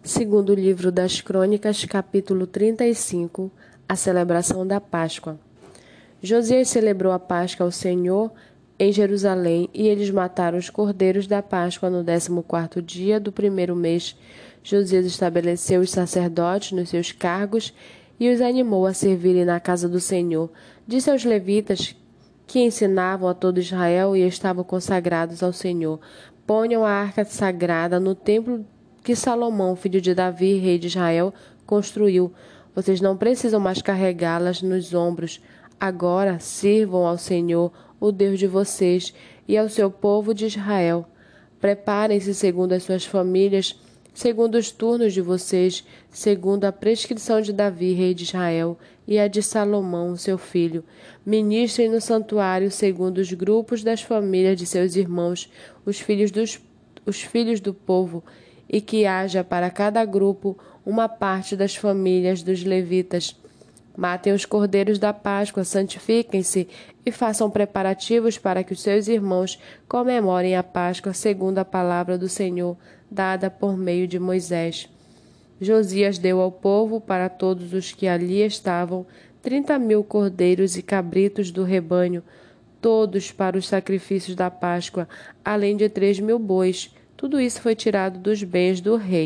Segundo o livro das Crônicas, capítulo 35, a celebração da Páscoa. Josias celebrou a Páscoa ao Senhor em Jerusalém, e eles mataram os cordeiros da Páscoa no 14º dia do primeiro mês. Josias estabeleceu os sacerdotes nos seus cargos e os animou a servirem na casa do Senhor. Disse aos levitas, que ensinavam a todo Israel e estavam consagrados ao Senhor: ponham a arca sagrada no templo que Salomão, filho de Davi, rei de Israel, construiu. Vocês não precisam mais carregá-las nos ombros. Agora sirvam ao Senhor, o Deus de vocês, e ao seu povo de Israel. Preparem-se segundo as suas famílias, segundo os turnos de vocês, segundo a prescrição de Davi, rei de Israel, e a de Salomão, seu filho. Ministrem no santuário segundo os grupos das famílias de seus irmãos, os filhos do povo, e que haja para cada grupo uma parte das famílias dos levitas. Matem os cordeiros da Páscoa, santifiquem-se e façam preparativos para que os seus irmãos comemorem a Páscoa segundo a palavra do Senhor, dada por meio de Moisés. Josias deu ao povo, para todos os que ali estavam, 30.000 cordeiros e cabritos do rebanho, todos para os sacrifícios da Páscoa, além de 3.000 bois. Tudo isso foi tirado dos bens do rei.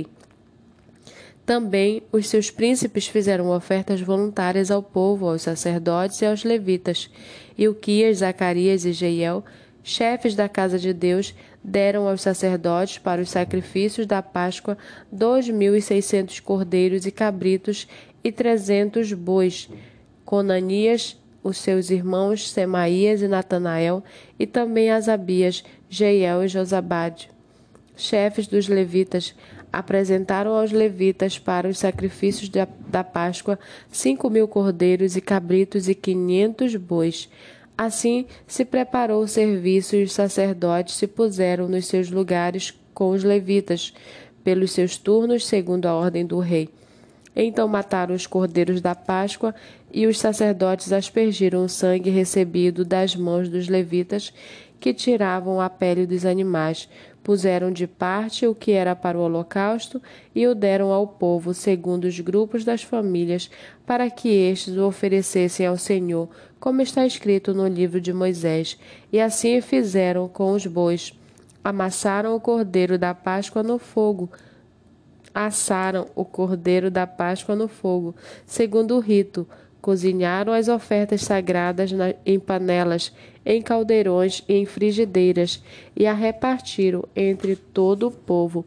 Também os seus príncipes fizeram ofertas voluntárias ao povo, aos sacerdotes e aos levitas. Ilquias, Zacarias e Jeiel, chefes da casa de Deus, deram aos sacerdotes para os sacrifícios da Páscoa 2.600 cordeiros e cabritos e 300 bois. Conanias, os seus irmãos Semaías e Natanael, e também Asabias, Jeiel e Josabade, chefes dos levitas, apresentaram aos levitas para os sacrifícios da Páscoa 5.000 cordeiros e cabritos e 500 bois. Assim se preparou o serviço e os sacerdotes se puseram nos seus lugares com os levitas, pelos seus turnos, segundo a ordem do rei. Então mataram os cordeiros da Páscoa, e os sacerdotes aspergiram o sangue recebido das mãos dos levitas, que tiravam a pele dos animais. Puseram de parte o que era para o holocausto e o deram ao povo, segundo os grupos das famílias, para que estes o oferecessem ao Senhor, como está escrito no livro de Moisés. E assim fizeram com os bois. Amassaram o cordeiro da Páscoa no fogo. Assaram o cordeiro da Páscoa no fogo, segundo o rito. Cozinharam as ofertas sagradas em panelas, em caldeirões e em frigideiras, e a repartiram entre todo o povo.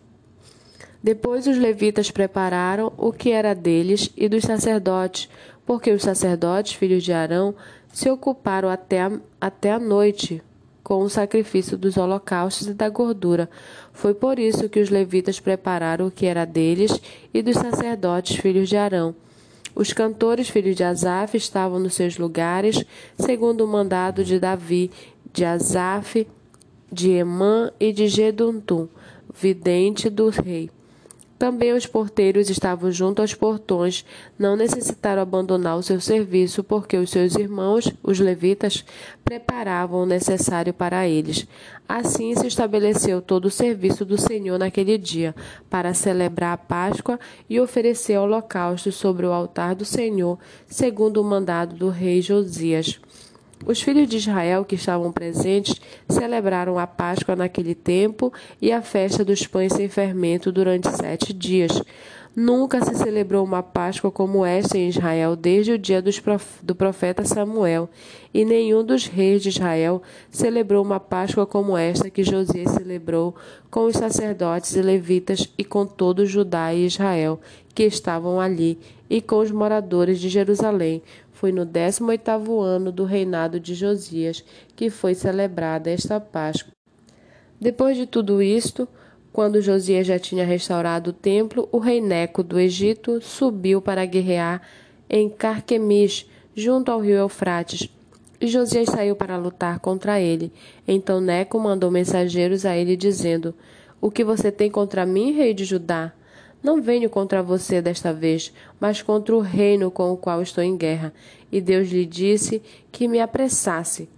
Depois os levitas prepararam o que era deles e dos sacerdotes, porque os sacerdotes, filhos de Arão, se ocuparam até a noite com o sacrifício dos holocaustos e da gordura. Foi por isso que os levitas prepararam o que era deles e dos sacerdotes, filhos de Arão. Os cantores, filhos de Asaf, estavam nos seus lugares, segundo o mandado de Davi, de Asaf, de Emã e de Geduntum, vidente do rei. Também os porteiros estavam junto aos portões, não necessitaram abandonar o seu serviço, porque os seus irmãos, os levitas, preparavam o necessário para eles. Assim se estabeleceu todo o serviço do Senhor naquele dia, para celebrar a Páscoa e oferecer holocaustos sobre o altar do Senhor, segundo o mandado do rei Josias. Os filhos de Israel que estavam presentes celebraram a Páscoa naquele tempo e a festa dos pães sem fermento durante 7 dias. Nunca se celebrou uma Páscoa como esta em Israel desde o dia do profeta Samuel, e nenhum dos reis de Israel celebrou uma Páscoa como esta que Josias celebrou com os sacerdotes e levitas e com todo Judá e Israel que estavam ali, e com os moradores de Jerusalém. Foi no 18º ano do reinado de Josias que foi celebrada esta Páscoa. Depois de tudo isto, quando Josias já tinha restaurado o templo, o rei Neco do Egito subiu para guerrear em Carquemis, junto ao rio Eufrates, e Josias saiu para lutar contra ele. Então Neco mandou mensageiros a ele, dizendo: O que você tem contra mim, rei de Judá? Não venho contra você desta vez, mas contra o reino com o qual estou em guerra. E Deus lhe disse que me apressasse.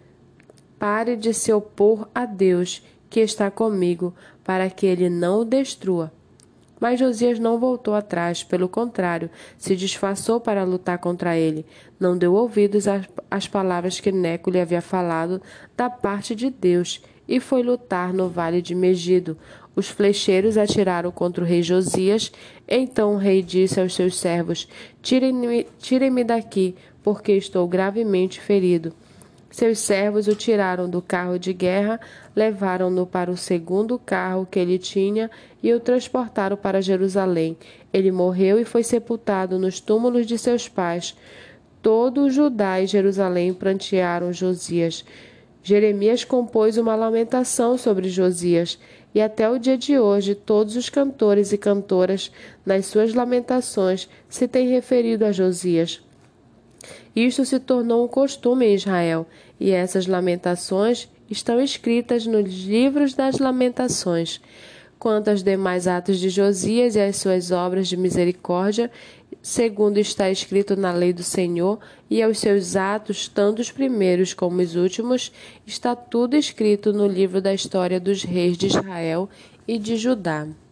Pare de se opor a Deus, que está comigo, para que ele não o destrua. Mas Josias não voltou atrás, pelo contrário, se disfarçou para lutar contra ele. Não deu ouvidos às palavras que Neco lhe havia falado da parte de Deus, e foi lutar no vale de Megido. Os flecheiros atiraram contra o rei Josias. Então o rei disse aos seus servos: Tirem-me daqui, porque estou gravemente ferido. Seus servos o tiraram do carro de guerra, levaram-no para o segundo carro que ele tinha e o transportaram para Jerusalém. Ele morreu e foi sepultado nos túmulos de seus pais. Todo o Judá e Jerusalém prantearam Josias. Jeremias compôs uma lamentação sobre Josias, e até o dia de hoje todos os cantores e cantoras, nas suas lamentações, se têm referido a Josias. Isto se tornou um costume em Israel, e essas lamentações estão escritas nos livros das lamentações. Quanto aos demais atos de Josias e às suas obras de misericórdia, segundo está escrito na lei do Senhor, e aos seus atos, tanto os primeiros como os últimos, está tudo escrito no livro da história dos reis de Israel e de Judá.